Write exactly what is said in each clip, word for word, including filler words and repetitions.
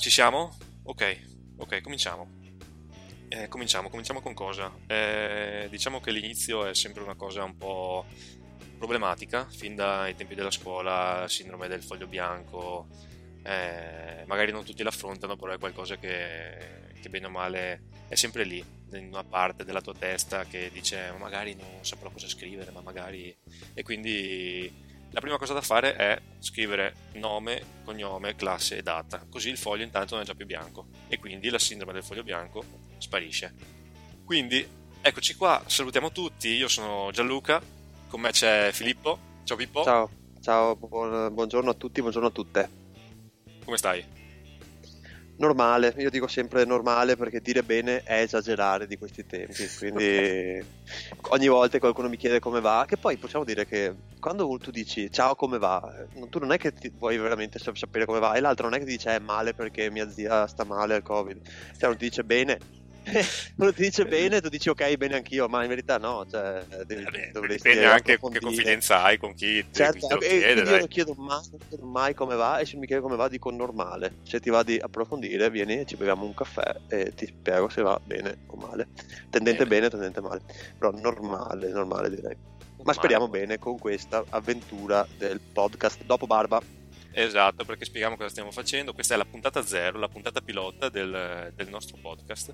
Ci siamo? Ok, ok, cominciamo. Eh, cominciamo, cominciamo con cosa? Eh, diciamo che l'inizio è sempre una cosa un po' problematica, fin dai tempi della scuola, sindrome del foglio bianco, eh, magari non tutti l'affrontano, però è qualcosa che, che bene o male è sempre lì, in una parte della tua testa che dice "Ma magari non saprò cosa scrivere, ma magari... E quindi la prima cosa da fare è scrivere nome, cognome, classe e data, così il foglio intanto non è già più bianco e quindi la sindrome del foglio bianco sparisce. Quindi eccoci qua, salutiamo tutti, io sono Gianluca, con me c'è Filippo. Ciao Pippo, Ciao, ciao, buon- buongiorno a tutti, buongiorno a tutte. come stai? Normale, io dico sempre normale perché dire bene è esagerare di questi tempi, quindi ogni volta che qualcuno mi chiede come va, che poi possiamo dire che quando tu dici ciao come va, eh, tu non è che ti vuoi veramente sap- sapere come va e l'altro non è che ti dice è male perché mia zia sta male al Covid, cioè uno ti dice bene, uno ti dice bene, tu dici ok bene anch'io, ma in verità no, cioè devi- Vabbè, dovresti dipende anche che approfondire. confidenza hai con chi te, chi Certo, te lo e chiede, quindi io dai. non chiedo mai, non chiedo mai come va e se mi chiede come va dico normale. Se ti va di approfondire vieni e ci beviamo un caffè e ti spiego se va bene o male. Tendente Bene, bene, tendente male. Però normale, normale direi. Ma male. speriamo bene con questa avventura del podcast Dopo Barba. Esatto, perché spieghiamo cosa stiamo facendo. Questa è la puntata zero, la puntata pilota del, del nostro podcast.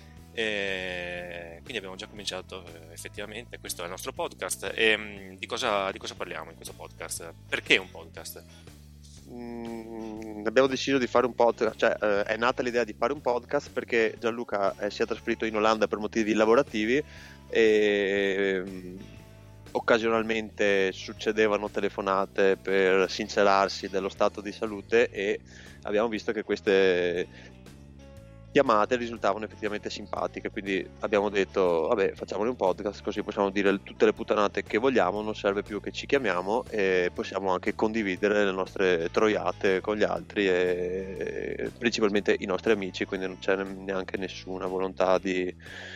E quindi abbiamo già cominciato eh, effettivamente. Questo è il nostro podcast. E mh, di cosa, di cosa parliamo in questo podcast? Perché un podcast? Mm, abbiamo deciso di fare un podcast, cioè eh, è nata l'idea di fare un podcast perché Gianluca eh, si è trasferito in Olanda per motivi lavorativi e mm, occasionalmente succedevano telefonate per sincerarsi dello stato di salute e abbiamo visto che queste chiamate risultavano effettivamente simpatiche, quindi abbiamo detto vabbè facciamone un podcast così possiamo dire tutte le puttanate che vogliamo, non serve più che ci chiamiamo e possiamo anche condividere le nostre troiate con gli altri e principalmente i nostri amici, quindi non c'è neanche nessuna volontà di,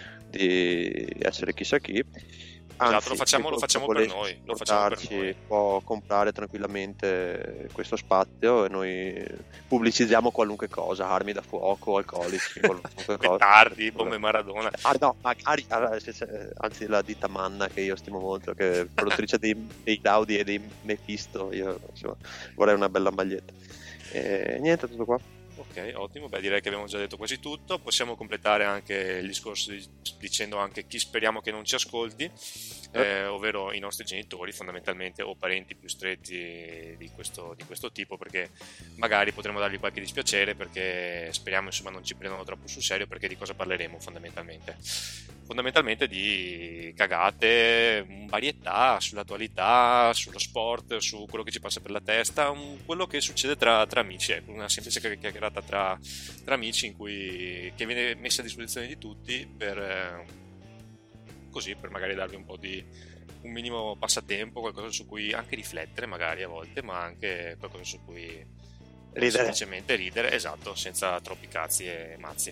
di essere chissà chi. Esatto, Anzi, lo facciamo, lo chiunque facciamo per volesse noi, lo facciamo per supportarci noi. può comprare tranquillamente questo spazio e noi pubblicizziamo qualunque cosa, armi da fuoco, alcolici, qualunque cosa. Petardi, bombe Maradona. Ah no, magari, ah, se- se- anzi la ditta Manna che io stimo molto, che è produttrice dei, dei Claudi e dei Mephisto, io insomma, vorrei una bella maglietta. E niente, tutto qua. Ok, ottimo, beh direi che abbiamo già detto quasi tutto, possiamo completare anche il discorso di- dicendo anche chi speriamo che non ci ascolti, eh, ovvero i nostri genitori fondamentalmente o parenti più stretti di questo, di questo tipo, perché magari potremo dargli qualche dispiacere, perché speriamo insomma non ci prendano troppo sul serio, perché di cosa parleremo fondamentalmente? Fondamentalmente di cagate, varietà sull'attualità, sullo sport, su quello che ci passa per la testa, un- quello che succede tra, tra amici, ecco, una semplice chiacchierata tra, tra amici in cui, che viene messa a disposizione di tutti per eh, così, per magari darvi un po' di un minimo passatempo, qualcosa su cui anche riflettere magari a volte, ma anche qualcosa su cui eh, Ridere. semplicemente ridere, esatto, senza troppi cazzi e mazzi.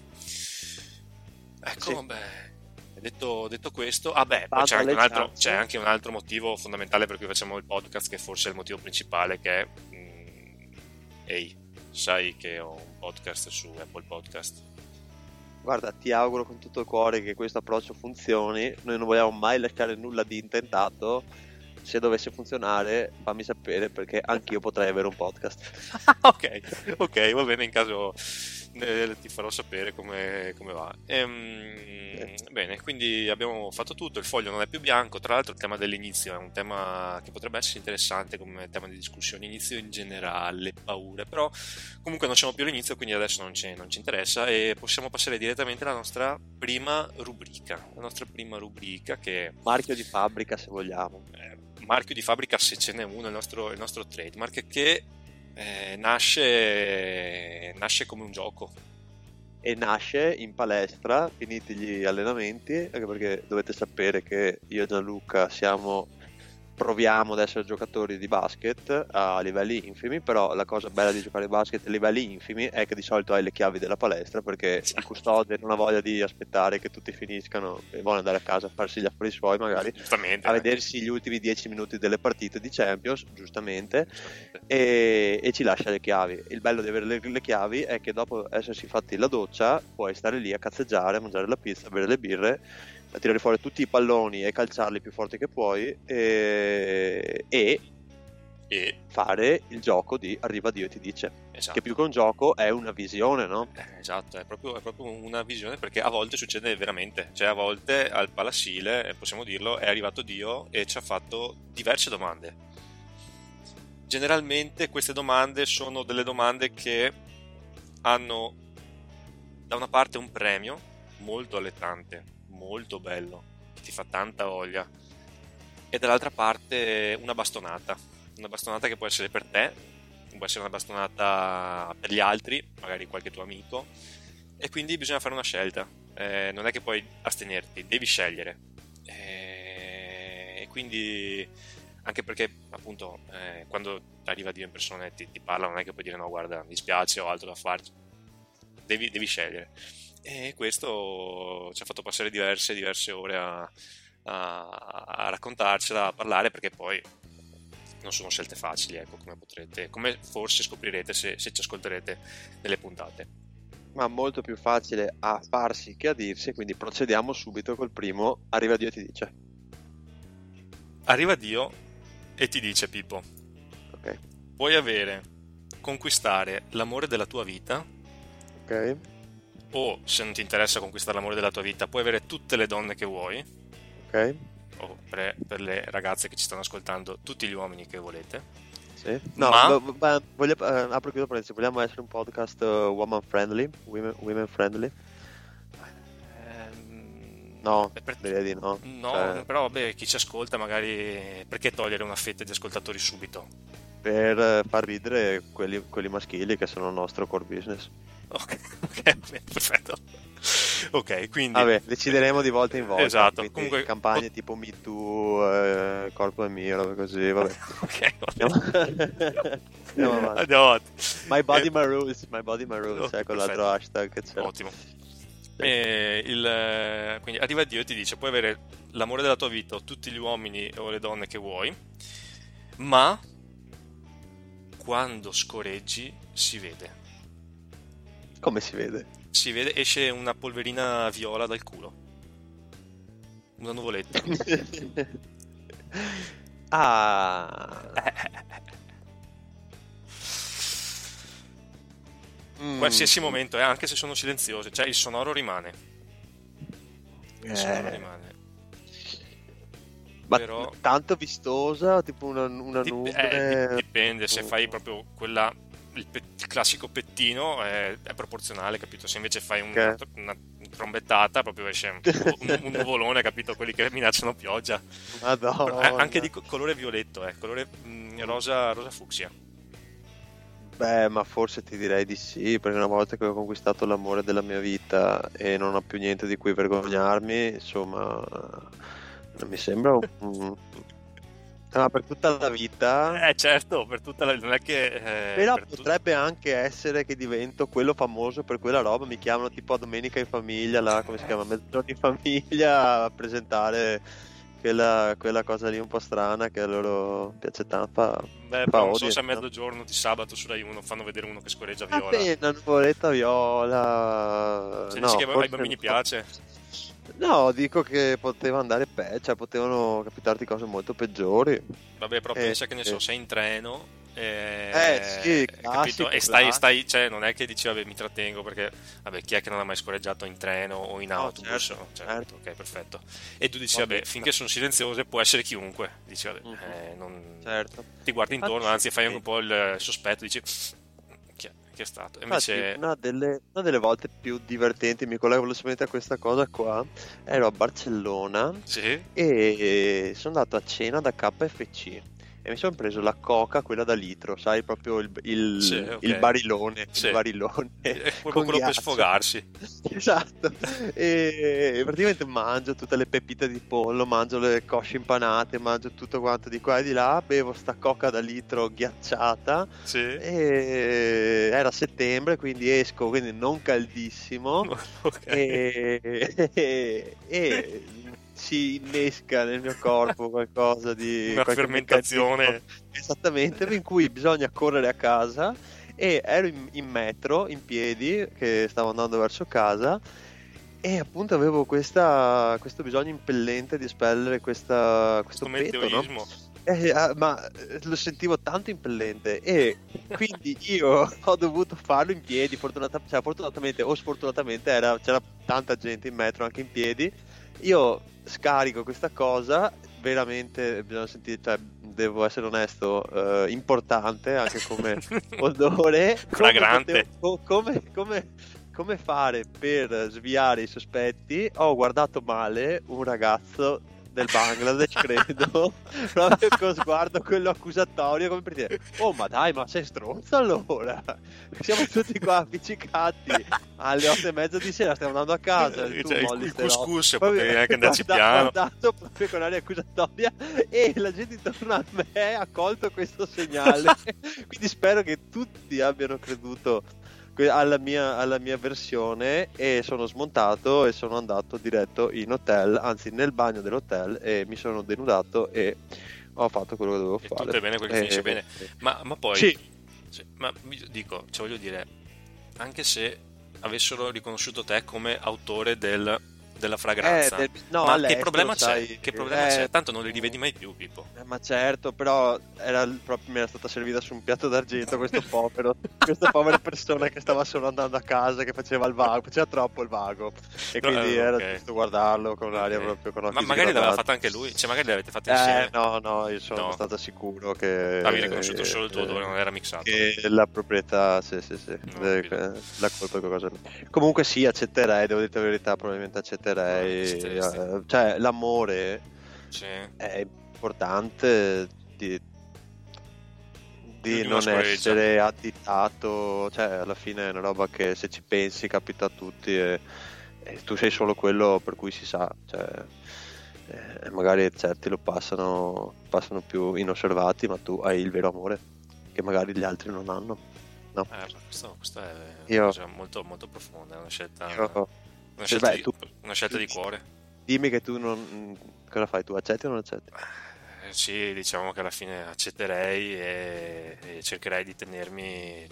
Ecco, Sì. vabbè. Detto, detto questo, ah beh, poi Vado c'è anche, alle un altro, ciance. c'è anche un altro motivo fondamentale per cui facciamo il podcast, che forse è il motivo principale, che è mm, ehi, sai che ho un podcast su Apple Podcast? Guarda, ti auguro con tutto il cuore che questo approccio funzioni. Noi non vogliamo mai lasciare nulla di intentato. Se dovesse funzionare, fammi sapere perché anch'io potrei avere un podcast. ok, ok, va bene, in caso eh, ti farò sapere come, come va. Ehm, bene, quindi abbiamo fatto tutto, il foglio non è più bianco, tra l'altro il tema dell'inizio è un tema che potrebbe essere interessante come tema di discussione, inizio in generale, paure, però comunque non siamo più all'inizio, quindi adesso non ci, non ci interessa e possiamo passare direttamente alla nostra prima rubrica, la nostra prima rubrica che Marchio di fabbrica se vogliamo. eh, marchio di fabbrica se ce n'è uno, il nostro, il nostro trademark che eh, nasce, nasce come un gioco. E nasce in palestra, finiti gli allenamenti, anche perché dovete sapere che io e Gianluca siamo proviamo ad essere giocatori di basket a livelli infimi, però la cosa bella di giocare a basket a livelli infimi è che di solito hai le chiavi della palestra, perché il custode non ha voglia di aspettare che tutti finiscano e vuole andare a casa a farsi gli affari suoi magari, giustamente, a vedersi gli ultimi dieci minuti delle partite di Champions, giustamente, e, e ci lascia le chiavi. Il bello di avere le, le chiavi è che dopo essersi fatti la doccia puoi stare lì a cazzeggiare, a mangiare la pizza, a bere le birre, a tirare fuori tutti i palloni e calciarli più forte che puoi e, e, e fare il gioco di Arriva Dio e ti dice, esatto. che più che un gioco è una visione, no? Eh, esatto, è proprio, è proprio una visione, perché a volte succede veramente, cioè a volte al Palasile, possiamo dirlo, è arrivato Dio e ci ha fatto diverse domande. Generalmente queste domande sono delle domande che hanno da una parte un premio molto allettante, molto bello, che ti fa tanta voglia, e dall'altra parte una bastonata, una bastonata che può essere per te, può essere una bastonata per gli altri, magari qualche tuo amico, e quindi bisogna fare una scelta, eh, non è che puoi astenerti, devi scegliere, eh, e quindi anche perché appunto eh, quando arriva Dio in persona e ti, ti parla, non è che puoi dire no guarda mi dispiace ho altro da farci, devi, devi scegliere. E questo ci ha fatto passare diverse diverse ore a, a, a raccontarcela, a parlare, perché poi non sono scelte facili, ecco, come potrete, come forse scoprirete se, se ci ascolterete nelle puntate. Ma molto più facile a farsi che a dirsi, quindi procediamo subito col primo. Arriva Dio e ti dice. Arriva Dio e ti dice, Pippo, ok, puoi avere, conquistare l'amore della tua vita, ok, o se non ti interessa conquistare l'amore della tua vita puoi avere tutte le donne che vuoi, ok, o per, per le ragazze che ci stanno ascoltando tutti gli uomini che volete, sì. No, ma b- b- voglio, eh, apro e chiudo parentesi, vogliamo essere un podcast uh, woman friendly, women, women friendly? ehm, No, per, direi di no. no, Cioè, però vabbè, chi ci ascolta magari, perché togliere una fetta di ascoltatori subito? per eh, far ridere quelli, quelli maschili che sono il nostro core business. Ok, ok, perfetto. Ok, quindi Vabbè, decideremo di volta in volta. esatto. Comunque campagne tipo Me Too, eh, Corpo è mio, robe così, vabbè. Ok, Andiamo, Andiamo avanti. andiamo avanti. My body, Eh, my rules, my body, my rules, ok, ecco perfetto. l'altro hashtag che c'era. Ottimo. E il, quindi arriva Dio e ti dice puoi avere l'amore della tua vita o tutti gli uomini o le donne che vuoi, ma quando scoreggi si vede. Come si vede? Si vede, esce una polverina viola dal culo. Una nuvoletta. Ah. Mm. Qualsiasi momento, eh, anche se sono silenziose, cioè il sonoro rimane. Il Eh. sonoro rimane. Ma Però tanto vistosa, tipo una, una dip- nube. eh, dip- dipende, se Oh. fai proprio quella il, pe- il classico pettino è, è proporzionale, capito? Se invece fai una, Ok. una trombettata proprio esce un, un, un nuvolone, capito? Quelli che minacciano pioggia. Però, eh, Madonna. anche di co- colore violetto, eh, colore mm, rosa, rosa fucsia. Beh, ma forse ti direi di sì, perché una volta che ho conquistato l'amore della mia vita e non ho più niente di cui vergognarmi, insomma, non mi sembra un... Ah, per tutta la vita. Eh certo, per tutta la... non è che... eh, Però per tut- potrebbe anche essere che divento quello famoso per quella roba, mi chiamano tipo a Domenica in Famiglia, là, come si chiama, Mezzogiorno in Famiglia, a presentare quella, quella cosa lì un po' strana che a loro piace tanto. Fa, Beh, fa però non so audience, se a no? mezzogiorno di sabato su Rai uno fanno vedere uno che scorreggia Va viola. bene, nuvoletta viola. Se No, dici che ai forse- bambini piace. No, dico che poteva andare peggio, cioè potevano capitarti cose molto peggiori. Vabbè, però Eh, pensa che ne so, eh. sei in treno e, Eh, sì, capito? classico, E stai, classico. stai, cioè non è che dici vabbè mi trattengo perché vabbè chi è che non ha mai scorreggiato in treno o in No, autobus? certo, Cioè, certo. ok, perfetto. E tu dici Va vabbè bene. finché sono silenziose può essere chiunque. Dici vabbè, Mhm. eh, non... Certo. ti guardi intorno, Infatti, anzi fai sì. un po' il sospetto, dici chi è, chi è stato? E Infatti, invece una delle, una delle volte più divertenti, mi collego velocemente a questa cosa qua, ero a Barcellona sì, e sono andato a cena da K F C e mi sono preso la coca, quella da litro, sai, proprio il, il, Sì, okay. il barilone, sì. il barilone È proprio quello per sfogarsi. Esatto, e praticamente mangio tutte le pepite di pollo, mangio le cosce impanate, mangio tutto quanto di qua e di là, bevo sta coca da litro ghiacciata, sì. E era settembre, quindi esco, quindi non caldissimo, okay. e, e, e si innesca nel mio corpo qualcosa di una fermentazione, esattamente, in cui bisogna correre a casa, e ero in, in metro in piedi che stavo andando verso casa, e appunto avevo questa, questo bisogno impellente di espellere questa, questo, questo peto, no? Eh, ah, ma lo sentivo tanto impellente, e quindi io ho dovuto farlo in piedi. Fortunata, cioè, fortunatamente o sfortunatamente era, c'era tanta gente in metro anche in piedi. Io scarico questa cosa, veramente bisogna sentire, cioè, devo essere onesto, eh, importante anche come odore, flagrante. Come, come, come, come fare per sviare i sospetti? Ho guardato male un ragazzo del Bangladesh, credo, proprio con sguardo quello accusatorio, come per dire: oh, ma dai, ma sei stronzo allora? Siamo tutti qua appiccicati alle otto e mezza di sera, stiamo andando a casa, e tu cioè, molli il couscous, proprio, potevi anche andarci guarda, piano. guardato proprio con aria accusatoria, e la gente intorno a me ha colto questo segnale. Quindi spero che tutti abbiano creduto alla mia, alla mia versione, e sono smontato e sono andato diretto in hotel, anzi nel bagno dell'hotel, e mi sono denudato e ho fatto quello che dovevo e fare. Tutto è bene, quello che finisce eh, bene. eh, Ma, ma poi sì. Cioè, ma dico, cioè voglio dire, anche se avessero riconosciuto te come autore del, della fragranza, eh, del, no, ma che problema sai, c'è? Che problema eh, c'è? Tanto non li rivedi mai più, Pippo. Eh, ma certo, però era proprio, mi era stata servita su un piatto d'argento questo povero, questa povera persona che stava solo andando a casa, che faceva il vago, faceva troppo il vago, e No, quindi eh, era okay. giusto guardarlo con l'aria okay. proprio, con ma magari l'aveva fatta anche lui, cioè magari l'avete fatta insieme. Eh no, no, io sono no. abbastanza sicuro che avevi riconosciuto solo il tuo odore, non era mixato, che la proprietà, sì sì sì, no, de, la colpa è qualcosa. Comunque sì, accetterei, devo dire la verità, probabilmente accetterei, eh, cioè l'amore sì. è importante di, di di non essere additato, cioè alla fine è una roba che, se ci pensi, capita a tutti, e, e tu sei solo quello per cui si sa, cioè, eh, magari certi lo passano passano più inosservati, ma tu hai il vero amore che magari gli altri non hanno, no? Eh, questo, questo è io, una cosa molto, molto profonda, è una scelta, io, una scelta, beh, di, tu, una scelta di cuore. Dimmi che tu non, cosa fai? Tu accetti o non accetti? Eh, sì, diciamo che alla fine accetterei e, e cercherei di tenermi,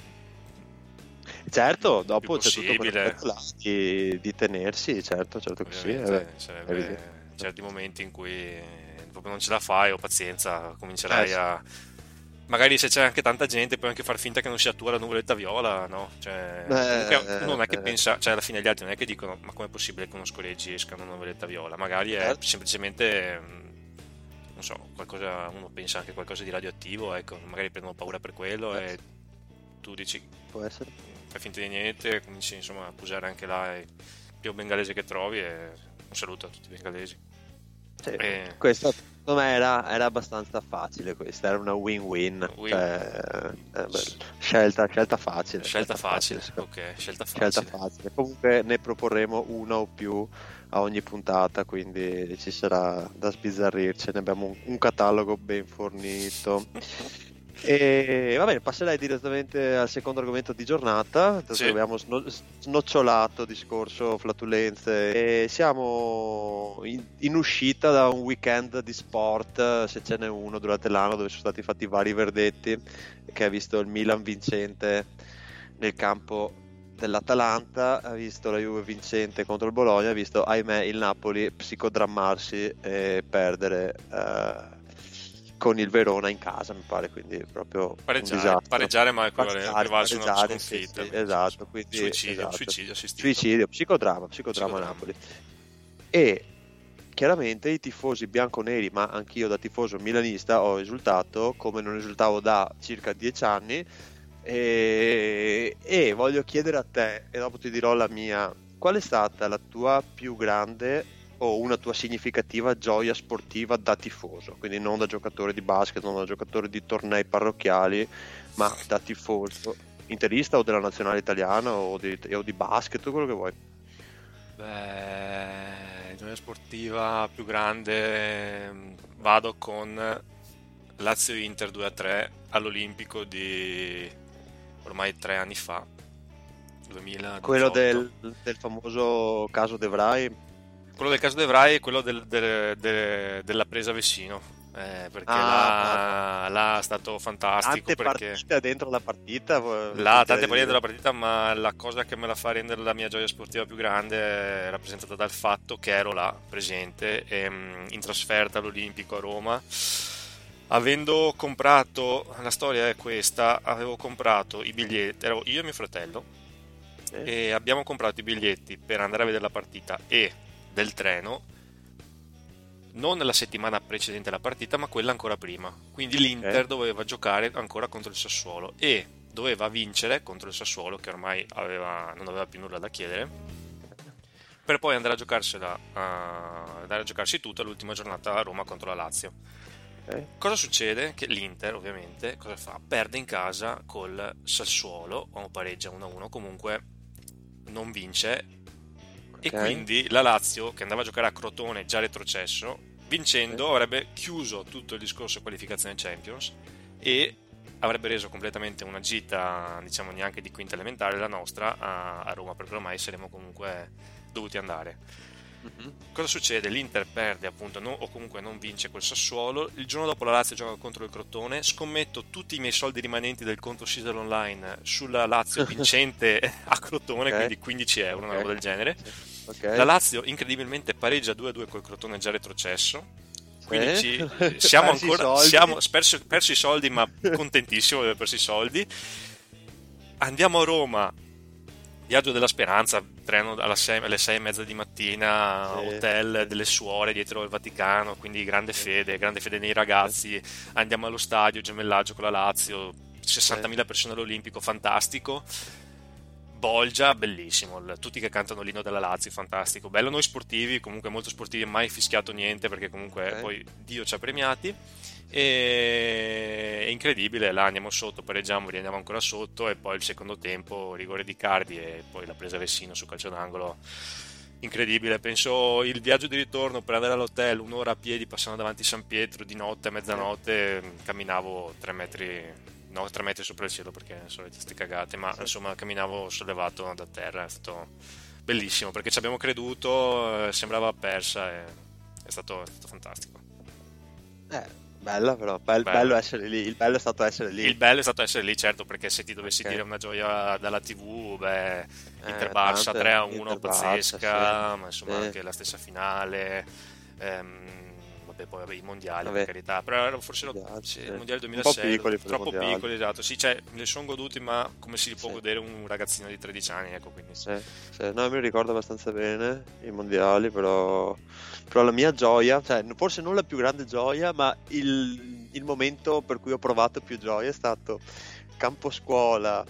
certo, dopo c'è tutto quello di, di tenersi, certo, certo che ovviamente, sì, sarebbe certi momenti in cui proprio non ce la fai, o pazienza, comincerai eh, a magari, se c'è anche tanta gente, puoi anche far finta che non sia tua la nuvoletta viola, no? Cioè, comunque uno non è che pensa, cioè alla fine gli altri non è che dicono: ma com'è possibile che uno scoreggi esca una nuvoletta viola? Magari è certo. semplicemente, non so, qualcosa, uno pensa anche qualcosa di radioattivo, ecco, magari prendono paura per quello, e tu dici, può essere, fai finta di niente, cominci insomma a accusare anche là il più bengalese che trovi, e un saluto a tutti i bengalesi. Sì, e... questo secondo me era, era abbastanza facile, questa era una win-win, win. Cioè, eh, beh, scelta, scelta facile scelta, scelta facile, facile ok, scelta facile. scelta facile comunque ne proporremo una o più a ogni puntata, quindi ci sarà da sbizzarrirci, ne abbiamo un, un catalogo ben fornito. E va bene, passerei direttamente al secondo argomento di giornata. Sì. Abbiamo sno- snocciolato discorso, flatulenze, e siamo in, in uscita da un weekend di sport, se ce n'è uno durante l'anno, dove sono stati fatti vari verdetti, che ha visto il Milan vincente nel campo dell'Atalanta, ha visto la Juve vincente contro il Bologna, ha visto, ahimè, il Napoli psicodrammarsi e perdere eh, con il Verona in casa, mi pare, quindi proprio pareggiare, un disastro. Pareggiare, ma equivale a una sconfitta, sì, sì, esatto, quindi, suicidio, esatto. suicidio assistito, suicidio, psicodramma, psicodramma, psicodramma Napoli. E chiaramente i tifosi bianconeri, ma anch'io da tifoso milanista ho esultato come non esultavo da circa dieci anni, e, e voglio chiedere a te, e dopo ti dirò la mia, qual è stata la tua più grande o una tua significativa gioia sportiva da tifoso, quindi non da giocatore di basket, non da giocatore di tornei parrocchiali, ma da tifoso interista o della nazionale italiana o di, o di basket, quello che vuoi. Beh, gioia sportiva più grande, vado con Lazio-Inter due a tre all'Olimpico di ormai tre anni fa, duemiladiciotto. Quello del, del famoso caso De Vrij. Quello del caso De Vrij e quello del, del, del, della presa Vessino, eh, perché Ah, là, là è stato fantastico. tante Perché partite dentro la partita. là, tante partite della partita, ma la cosa che me la fa rendere la mia gioia sportiva più grande è rappresentata dal fatto che ero là presente ehm, in trasferta all'Olimpico a Roma. Avendo comprato, la storia è questa, avevo comprato i biglietti, ero io e mio fratello, Eh, e abbiamo comprato i biglietti per andare a vedere la partita e del treno non nella settimana precedente alla partita, ma quella ancora prima. Quindi l'Inter ok. doveva giocare ancora contro il Sassuolo e doveva vincere contro il Sassuolo, che ormai aveva, non aveva più nulla da chiedere, per poi andare a giocarsela, a, andare a giocarsi tutta l'ultima giornata a Roma contro la Lazio. Ok. Cosa succede? Che l'Inter ovviamente cosa fa? Perde in casa col Sassuolo o pareggia uno a uno, comunque non vince, e Ok. quindi la Lazio, che andava a giocare a Crotone già retrocesso, vincendo avrebbe chiuso tutto il discorso qualificazione Champions e avrebbe reso completamente una gita, diciamo neanche di quinta elementare, la nostra a, a Roma, perché ormai saremmo comunque dovuti andare. Mhm. Cosa succede? L'Inter perde appunto no, o comunque non vince col Sassuolo. Il giorno dopo la Lazio gioca contro il Crotone. Scommetto tutti i miei soldi rimanenti del conto Caesar Online sulla Lazio vincente a Crotone, Ok. quindi quindici euro, una Ok. roba del genere. Sì. Ok. La Lazio incredibilmente pareggia due a due col Crotone già retrocesso. Quindi Sì. ci, siamo Persi i ancora soldi. siamo perso, perso i soldi, ma contentissimo di aver perso i soldi. Andiamo a Roma, viaggio della speranza, treno alla sei- alle sei e mezza di mattina, Sì. hotel delle suore dietro il Vaticano, quindi grande fede, grande fede nei ragazzi. Andiamo allo stadio, gemellaggio con la Lazio, sessantamila persone all'Olimpico, fantastico. Bolgia, bellissimo, il- tutti che cantano l'inno della Lazio, fantastico. Bello noi sportivi, comunque molto sportivi, mai fischiato niente perché comunque Ok. poi Dio ci ha premiati. E è incredibile, là andiamo sotto, pareggiamo, riandiamo ancora sotto e poi il secondo tempo rigore di Cardi e poi la presa Vessino su calcio d'angolo. Incredibile, penso il viaggio di ritorno per andare all'hotel, un'ora a piedi passando davanti a San Pietro di notte, a mezzanotte, camminavo tre metri, no, tre metri sopra il cielo perché solite ste cagate, ma Sì. insomma camminavo sollevato da terra, è stato bellissimo perché ci abbiamo creduto, eh, sembrava persa e è stato, è stato fantastico. Eh, bella però, bel- Bello. bello essere lì, il bello è stato essere lì. Il bello è stato essere lì, certo, perché se ti dovessi Ok. dire una gioia dalla tivù, beh, Eh, Inter-Barça tante- tre a uno, Inter-Barça, pazzesca, sì. ma insomma Sì. anche la stessa finale, ehm, vabbè, poi vabbè, i mondiali, Vabbè. per carità, però erano forse lo- Mondiali, sì, sì. il mondiale Un po' duemilasei, piccoli per i troppo mondiali. piccoli, esatto, sì, cioè, me li sono goduti, ma come si li può Sì. godere un ragazzino di tredici anni, ecco, quindi Sì, sì. No, mi ricordo abbastanza bene i mondiali, però, però la mia gioia, cioè forse non la più grande gioia, ma il, il momento per cui ho provato più gioia è stato campo scuola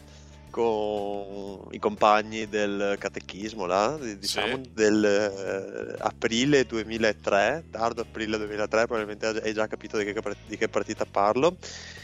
con i compagni del catechismo, là, di- diciamo, Sì. del eh, aprile duemilatré, tardo aprile duemilatré, probabilmente hai già capito di che, di che partita parlo.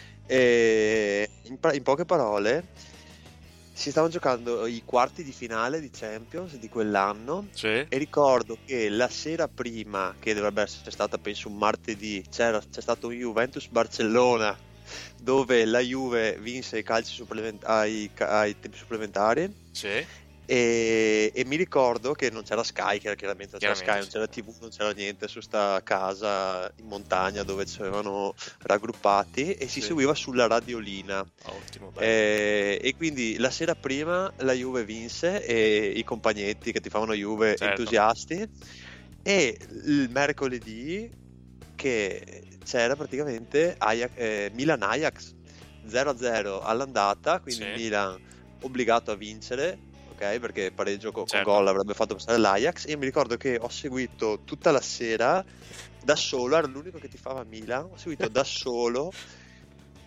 E in, pra- in poche parole, si stavano giocando i quarti di finale di Champions di quell'anno sì, e ricordo che la sera prima, che dovrebbe essere stata penso un martedì, c'era, c'è stato un Juventus-Barcellona dove la Juve vinse i calci supplement- ai, ai tempi supplementari sì, e, e mi ricordo che non c'era Sky, che chiaramente non c'era Sky, Chiaramente, non c'era tivù, non c'era niente su sta casa in montagna dove ci avevano raggruppati e si Sì. seguiva sulla radiolina. ottimo, bello. Eh, e quindi la sera prima la Juve vinse e i compagnetti che tifavano Juve Certo. entusiasti, e il mercoledì che c'era praticamente Ajax, eh, Milan-Ajax zero a zero all'andata, quindi Sì. il Milan obbligato a vincere, ok, perché pareggio co- con Certo. gol avrebbe fatto passare l'Ajax. E mi ricordo che ho seguito tutta la sera da solo, ero l'unico che tifava Milan, ho seguito da solo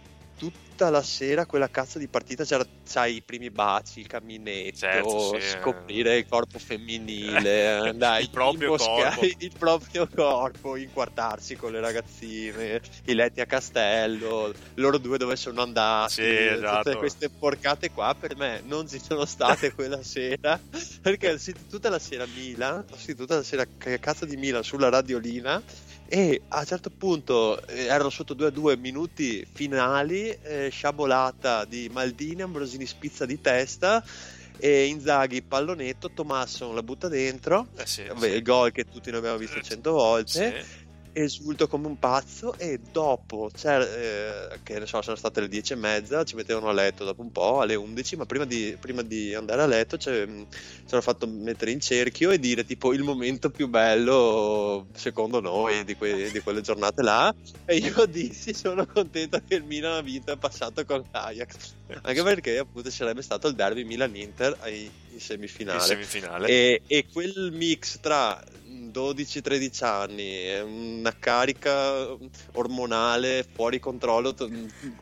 tutta la sera quella cazzo di partita c'era, sai, i primi baci, il camminetto, certo, sì, scoprire il corpo femminile, eh, dai, il proprio corpo, il proprio corpo, inquartarsi con le ragazzine, i letti a castello, loro due dove sono andati, sì, esatto. Tutte queste porcate qua per me non ci sono state quella sera, perché ho sentito tutta la sera Milan, ho sentito tutta la sera che cazzo di Milan sulla radiolina, e a un certo punto eh, erano sotto due a due minuti finali, eh, sciabolata di Maldini, Ambrosini spizza di testa e Inzaghi pallonetto, Tomasson la butta dentro, eh sì, vabbè, sì. il gol che tutti noi abbiamo visto cento volte, sì. esulto come un pazzo, e dopo eh, che ne so, sono state le dieci e mezza, ci mettevano a letto dopo un po' alle undici, ma prima di, prima di andare a letto cioè, ci hanno fatto mettere in cerchio e dire tipo il momento più bello secondo noi di, que- di quelle giornate là, e io dissi sono contento che il Milan ha vinto e è passato con l'Ajax, anche perché appunto sarebbe stato il derby Milan-Inter ai, in semifinale, in semifinale. E, e quel mix tra dodici tredici anni, una carica ormonale fuori controllo to-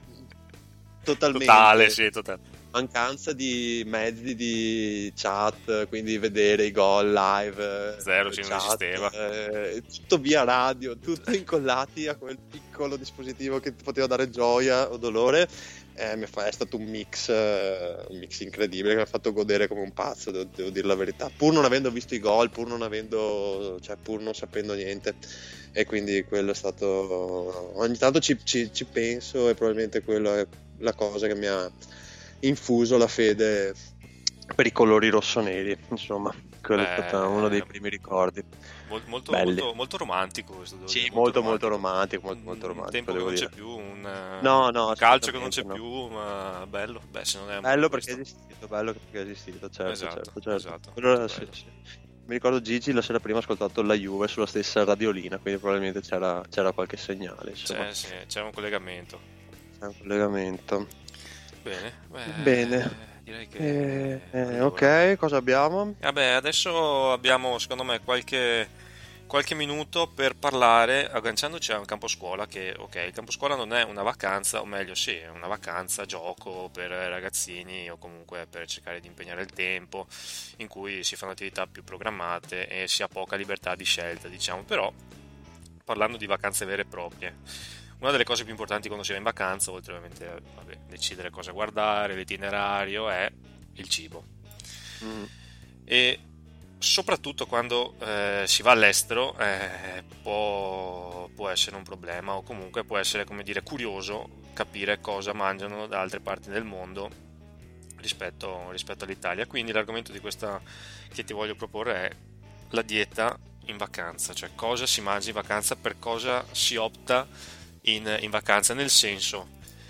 totalmente, totale, sì, totale. mancanza di mezzi di chat, quindi vedere i gol live, zero, sì, chat, non esisteva, eh, tutto via radio, tutto incollati a quel piccolo dispositivo che ti poteva dare gioia o dolore. Eh, mi fa, è stato un mix uh, un mix incredibile che mi ha fatto godere come un pazzo, devo, devo dire la verità, pur non avendo visto i gol, pur non avendo, cioè pur non sapendo niente, e quindi quello è stato, ogni tanto ci, ci, ci penso, e probabilmente quello è la cosa che mi ha infuso la fede per i colori rossoneri, insomma, quello Beh, è stato uno dei primi ricordi. Molto, molto, Belli. molto, molto romantico questo, devo Sì, dire, molto molto romantico, molto, un, molto un romantico, tempo che devo non dire. c'è più, un, No, no, un calcio che non c'è assolutamente no. più, ma bello. Beh, se non è un Bello po' perché è questo. esistito, bello perché è esistito, certo, Esatto, certo, certo. esatto, Quello era- molto sì, bello. sì. Mi ricordo Gigi la sera prima ha ascoltato la Juve sulla stessa radiolina, quindi probabilmente c'era, c'era qualche segnale, insomma. C'è, sì, c'è un collegamento. C'è un collegamento. Bene, beh, Bene. direi che Eh, eh, allora. ok, cosa abbiamo? Vabbè, adesso abbiamo secondo me qualche, qualche minuto per parlare, agganciandoci a un campo scuola che, ok, il campo scuola non è una vacanza, o meglio sì, è una vacanza, gioco per ragazzini o comunque per cercare di impegnare il tempo, in cui si fanno attività più programmate e si ha poca libertà di scelta, diciamo. Però, parlando di vacanze vere e proprie, una delle cose più importanti quando si va in vacanza, oltre ovviamente a vabbè, decidere cosa guardare, l'itinerario, è il cibo. Mm. E soprattutto quando eh, si va all'estero eh, può, può essere un problema, o comunque può essere, come dire, curioso capire cosa mangiano da altre parti del mondo rispetto, rispetto all'Italia. Quindi l'argomento di questa che ti voglio proporre è la dieta in vacanza, cioè cosa si mangia in vacanza, per cosa si opta in, in vacanza, nel senso,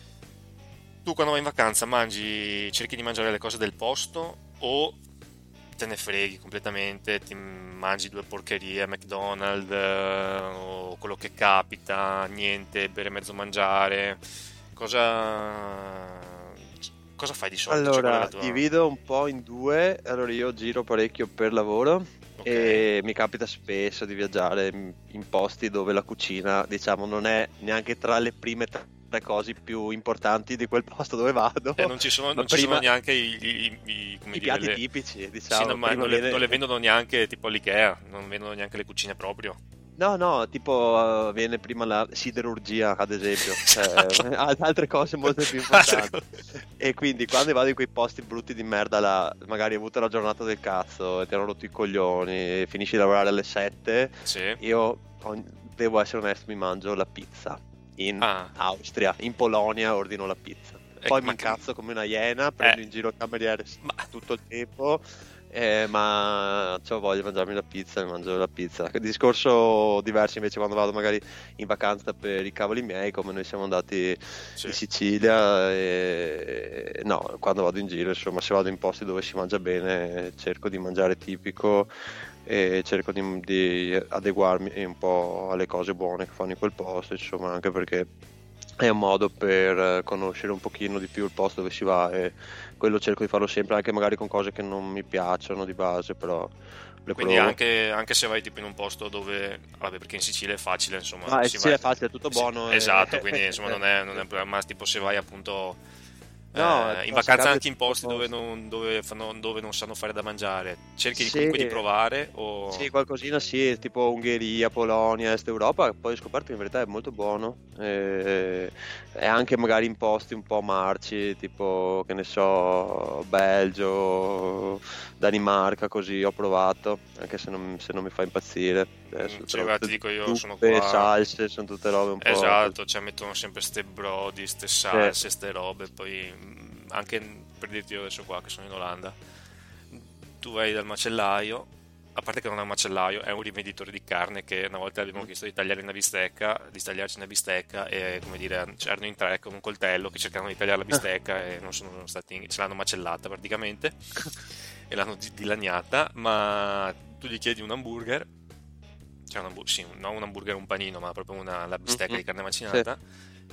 tu quando vai in vacanza mangi, cerchi di mangiare le cose del posto o te ne freghi completamente, ti mangi due porcherie, McDonald's eh, o quello che capita, niente, bere mezzo mangiare, cosa, cosa fai di solito? Cioè, qual è Allora, la tua- divido un po' in due. Allora, io giro parecchio per lavoro, Ok. e mi capita spesso di viaggiare in in posti dove la cucina, diciamo, non è neanche tra le prime tre cose più importanti di quel posto dove vado. E non ci sono, Ma non ci sono prima- neanche i, i- i- come i dire, piatti le- tipici, Sì, diciamo. no, ma prima non le, viene- non le vendono neanche tipo all'Ikea, non vendono neanche le cucine proprio. No, no, tipo uh, viene prima la siderurgia, ad esempio, Esatto. cioè, al- altre cose molto più importanti. E quindi quando vado in quei posti brutti di merda là, magari hai avuto la giornata del cazzo e ti hanno rotto i coglioni e finisci di lavorare alle sette, Sì. io ogni- devo essere onesto, mi mangio la pizza in Ah. Austria, in Polonia ordino la pizza. Eh, Poi ma mi che- incazzo come una iena, prendo Eh. in giro il cameriere Ma- tutto il tempo, eh, ma ho voglia di mangiarmi la pizza, mi mangio la pizza. Discorso diverso invece quando vado magari in vacanza per i cavoli miei, come noi siamo andati Sì. in Sicilia, e no, quando vado in giro, insomma, se vado in posti dove si mangia bene, cerco di mangiare tipico e cerco di, di adeguarmi un po' alle cose buone che fanno in quel posto, insomma, anche perché è un modo per conoscere un pochino di più il posto dove si va, e quello cerco di farlo sempre, anche magari con cose che non mi piacciono di base, però le Quindi provo. anche, anche se vai tipo in un posto dove, vabbè, perché in Sicilia è facile, insomma, Ma si sì, va, è facile, è tutto sì, buono. esatto, E... quindi insomma non è, non è un problema, ma tipo se vai appunto No, eh, in però se vacanza capita anche in tutto posti dove posto. non, dove, fanno- dove non sanno fare da mangiare, cerchi di- Sì, comunque di provare sì, o... qualcosina sì, tipo Ungheria, Polonia, Est Europa, poi ho scoperto che in verità è molto buono. E, e anche magari in posti un po' marci, tipo, che ne so, Belgio, Danimarca, così ho provato, anche se non, se non mi fa impazzire. Mm, Adesso cioè, trovo guarda, ti tutte dico io sono zuppe, qua. salse, sono tutte robe un po' così. Esatto, cioè mettono sempre ste brodi, ste Eh, salse, ste robe, poi mm, anche per dirti io adesso qua che sono in Olanda, tu vai dal macellaio, a parte che non è un macellaio, è un rivenditore di carne che una volta abbiamo chiesto di tagliare una bistecca, di tagliarci una bistecca e come dire, c'erano in tre con un coltello che cercavano di tagliare la bistecca e non sono stati, ce l'hanno macellata praticamente e l'hanno di- dilagnata, ma tu gli chiedi un hamburger, cioè un hamburger, sì, non un hamburger, un panino, ma proprio una, la bistecca mhm, di carne sì. macinata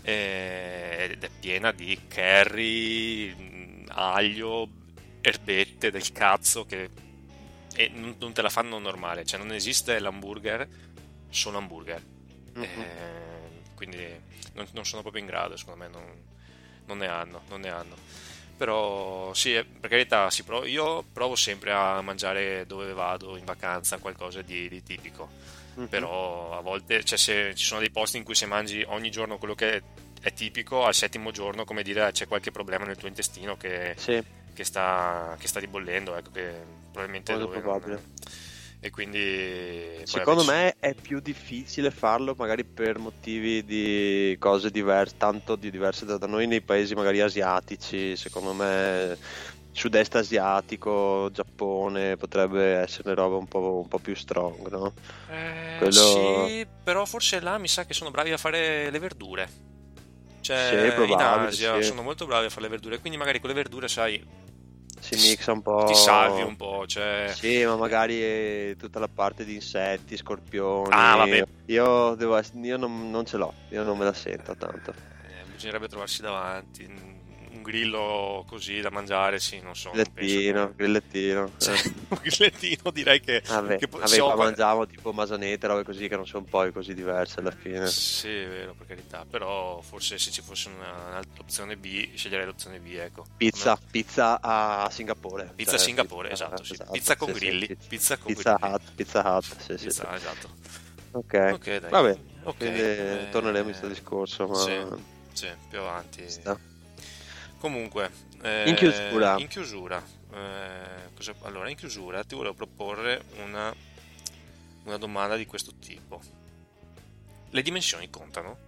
eh, ed è piena di curry, mh, aglio, erbette del cazzo che e non, non te la fanno normale, cioè non esiste l'hamburger, solo hamburger. Mhm. Eh, quindi non, non sono proprio in grado, secondo me non, non ne hanno, non ne hanno. Però sì, eh, per carità, si prov- io provo sempre a mangiare dove vado in vacanza qualcosa di, di tipico, Mhm. però a volte, cioè se ci sono dei posti in cui se mangi ogni giorno quello che è, è tipico, al settimo giorno, come dire, c'è qualche problema nel tuo intestino che, Sì, che sta, che sta ribollendo, ecco, che probabilmente molto dove non... probabile. E quindi poi vabbè, Secondo ci- me è più difficile farlo magari per motivi di cose diverse, tanto di diverse da, da noi nei paesi magari asiatici. Secondo me sud-est asiatico, Giappone potrebbe essere roba un po', un po' più strong, no? Eh, Quello sì, però forse là mi sa che sono bravi a fare le verdure. sì, Cioè, in probabile, Asia sì. sono molto bravi a fare le verdure, quindi magari con le verdure, sai, Si ti, mixa un ti salvi un po'. po', cioè... Sì, ma magari eh, tutta la parte di insetti, Ah, vabbè, scorpioni. Io, devo ess- io non, non ce l'ho, io non me la sento tanto. eh, bisognerebbe trovarsi davanti un un grillo così da mangiare, sì, non so, non penso che... Grillettino, grillettino. Cioè, eh. un grillettino direi che, Vabbè, che po- se vabbè, ho qua qua- mangiamo tipo masanete, robe così che non sono poi così diverse alla fine. Sì, è vero, per carità, però forse se ci fosse una, un'altra opzione B, sceglierei l'opzione B, ecco. Almeno- Pizza, pizza a Singapore. Pizza a Cioè, Singapore, pizza, esatto, sì. esatto, Pizza con sì, sì, grilli, pizza, pizza con Pizza grilli. Hut, Pizza Hut, sì, sì, sì. Pizza, esatto. Ok, Ok, dai. vabbè, Ok. quindi torneremo in questo eh, discorso, sì, ma sì, più avanti. ci sta. Comunque, In eh, chiusura, in chiusura, eh, cosa- allora, in chiusura ti volevo proporre una, una domanda di questo tipo. Le dimensioni contano?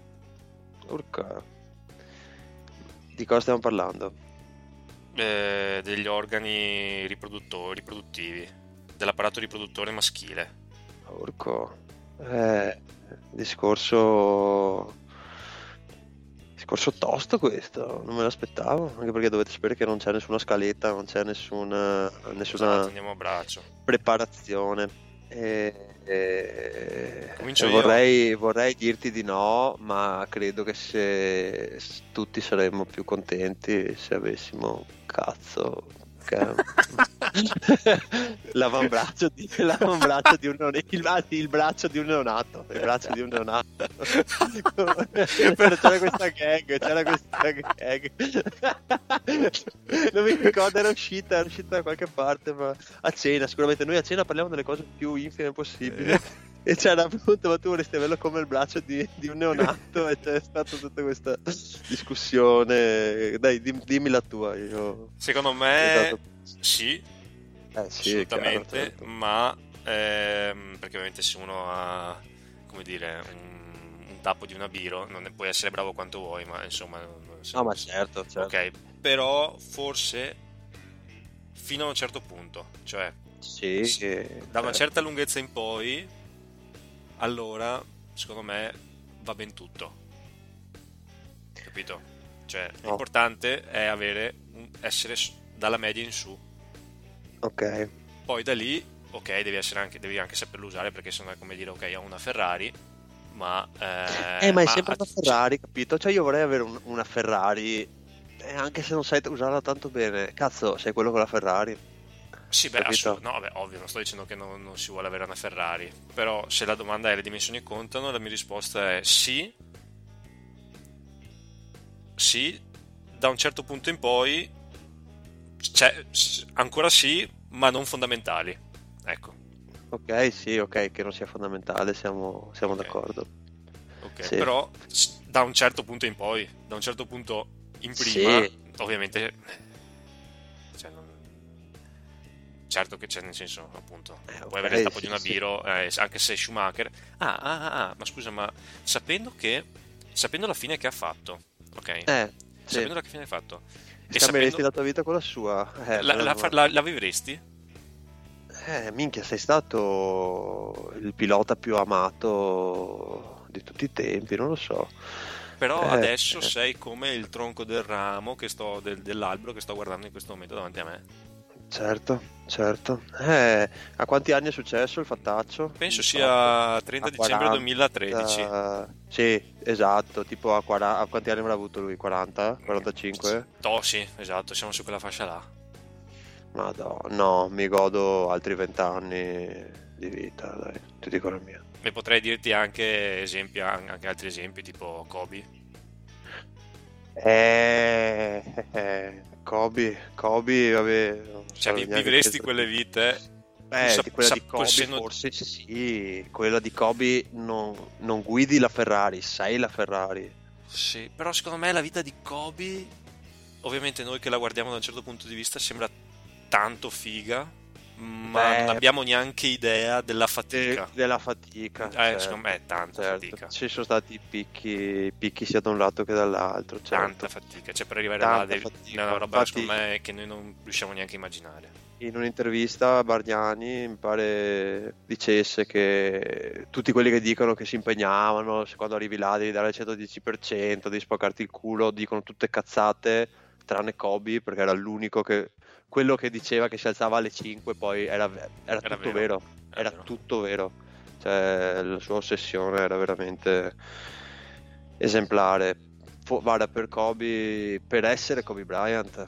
urca, di cosa stiamo parlando? Eh, degli organi riproduttori, riproduttivi, dell'apparato riproduttore maschile. Urco, eh, discorso, discorso tosto questo, non me l'aspettavo, anche perché dovete sapere che non c'è nessuna scaletta, non c'è nessuna, Esatto, nessuna andiamo a braccio. preparazione. E, e- Comincio e io? vorrei, vorrei dirti di no, ma credo che se s- tutti saremmo più contenti se avessimo cazzo. Che... l'avambraccio di, l'avambraccio di un neonato, il, anzi, il braccio di un neonato, il braccio di un neonato. Però c'era questa gag, c'era questa gag. Non mi ricordo, era uscita, era uscita da qualche parte, ma a cena, sicuramente noi a cena parliamo delle cose più infime possibili. E c'era appunto, ma tu vorresti averlo come il braccio di, di un neonato, e c'è stata tutta questa discussione. Dai, dim- dimmi la tua. Io... Secondo me Esatto. sì, Eh sì, è chiaro, assolutamente, certo. ma ehm, perché ovviamente se uno ha, come dire, un, un tappo di una biro, non ne puoi essere bravo quanto vuoi, ma insomma, se No, non- ma certo, certo. ok, però forse fino a un certo punto, cioè Sì, s- che- da una certo. certa lunghezza in poi, allora secondo me va ben tutto, capito? Cioè No, l'importante è avere un- essere s- dalla media in su. ok. Poi da lì, ok, devi essere anche, devi anche saperlo usare perché sennò è come dire, ok, ho una Ferrari, ma... Eh, Eh, ma è ma sempre una Ferrari, capito? Cioè io vorrei avere un- una Ferrari, eh, anche se non sai usarla tanto bene. Cazzo, sei quello con la Ferrari, sì, beh, capito? assu- no, vabbè, ovvio, non sto dicendo che non, non si vuole avere una Ferrari, però se la domanda è le dimensioni contano, la mia risposta è sì, sì, da un certo punto in poi, c'è, s- ancora sì, ma non fondamentali. Ecco, Ok, sì, ok, che non sia fondamentale, siamo, siamo ok, d'accordo. ok, Sì, però s- da un certo punto in poi, da un certo punto in prima, sì, ovviamente, cioè, non- certo che c'è, nel senso, appunto, eh, puoi avere il ok, tappo di sì, una sì. Biro, eh, anche se Schumacher. Ah, ah, ah, ah, ma scusa, ma sapendo che, sapendo la fine che ha fatto, ok? Eh, sì, Sapendo la fine che ha fatto, e scambieresti sapendo, la tua vita con la sua? Eh, la, bella la, domanda. la, la vivresti? Eh, minchia, sei stato il pilota più amato di tutti i tempi, non lo so. Però Eh, adesso sei come il tronco del ramo che sto, del- dell'albero che sto guardando in questo momento davanti a me. certo, certo. Eh, a quanti anni è successo il fattaccio? Penso Un sacco. sia trenta A dicembre duemilatredici. quaranta. Sì, esatto, tipo a quaranta. A quanti anni avrà avuto lui? quaranta? quarantacinque? Oh sì, esatto, siamo su quella fascia là. Madonna, no, mi godo altri venti anni di vita, dai, ti dico la mia. E potrei dirti anche esempi, anche altri esempi, tipo Kobe. Eh, eh, Kobe, Kobe, vabbè, non Cioè, so vi- neanche vivresti che quelle vite, pur Eh, di sap- quella di sap- col Kobe senno- forse sì, quella di Kobe non, non guidi la Ferrari, sei la Ferrari. Sì, però secondo me la vita di Kobe, ovviamente noi che la guardiamo da un certo punto di vista, sembra tanto figa, ma non Beh, abbiamo neanche idea della de- fatica. della fatica, Eh, certo, secondo me è tanta certo. fatica. Ci sono stati picchi, picchi sia da un lato che dall'altro, Tanta certo. fatica. Cioè, per arrivare là Tanta devi... è una fatica. roba, Infatti, secondo me, che noi non riusciamo neanche a immaginare. in un'intervista a Bargnani mi pare dicesse che tutti quelli che dicono che si impegnavano, se quando arrivi là devi dare il centodieci per cento, devi spaccarti il culo, dicono tutte cazzate, tranne Kobe, perché era l'unico che, quello che diceva che si alzava alle cinque, poi era, era Era tutto vero, vero, è era vero. tutto vero, cioè la sua ossessione era veramente esemplare. Fo- guarda, per Kobe, per essere Kobe Bryant,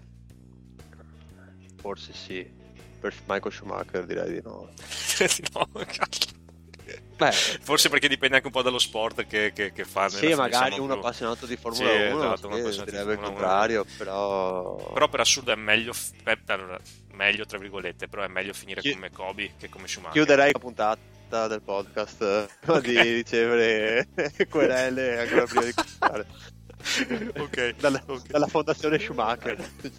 forse sì. Per Michael Schumacher direi di no. No, cazzo. Beh, Forse perché dipende anche un po' dallo sport che, che, che fa nella sì, fine, magari siamo uno più- appassionato di Sì, Formula uno, esatto, un sì, appassionato di direbbe il Formula uno. contrario, però... Però per assurdo è meglio, f- eh, allora, meglio tra virgolette, però è meglio finire Chi- come Kobe che come Schumacher. Chiuderei la puntata del podcast eh, Ok. di ricevere querele ancora prima di cominciare. Ok, Dalla, ok. dalla fondazione Schumacher.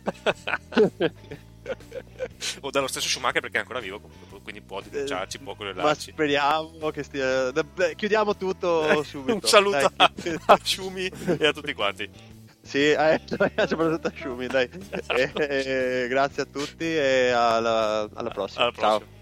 O dallo stesso Schumacher perché è ancora vivo comunque, quindi può denunciarci, può Ma querelarci. speriamo che stia... Beh, chiudiamo tutto subito. Un saluto Dai. a, a Schumi e a tutti quanti. Sì, eh, soprattutto a Schumi, dai. Eh, eh, grazie a tutti e alla, alla prossima. Alla Ciao. prossima.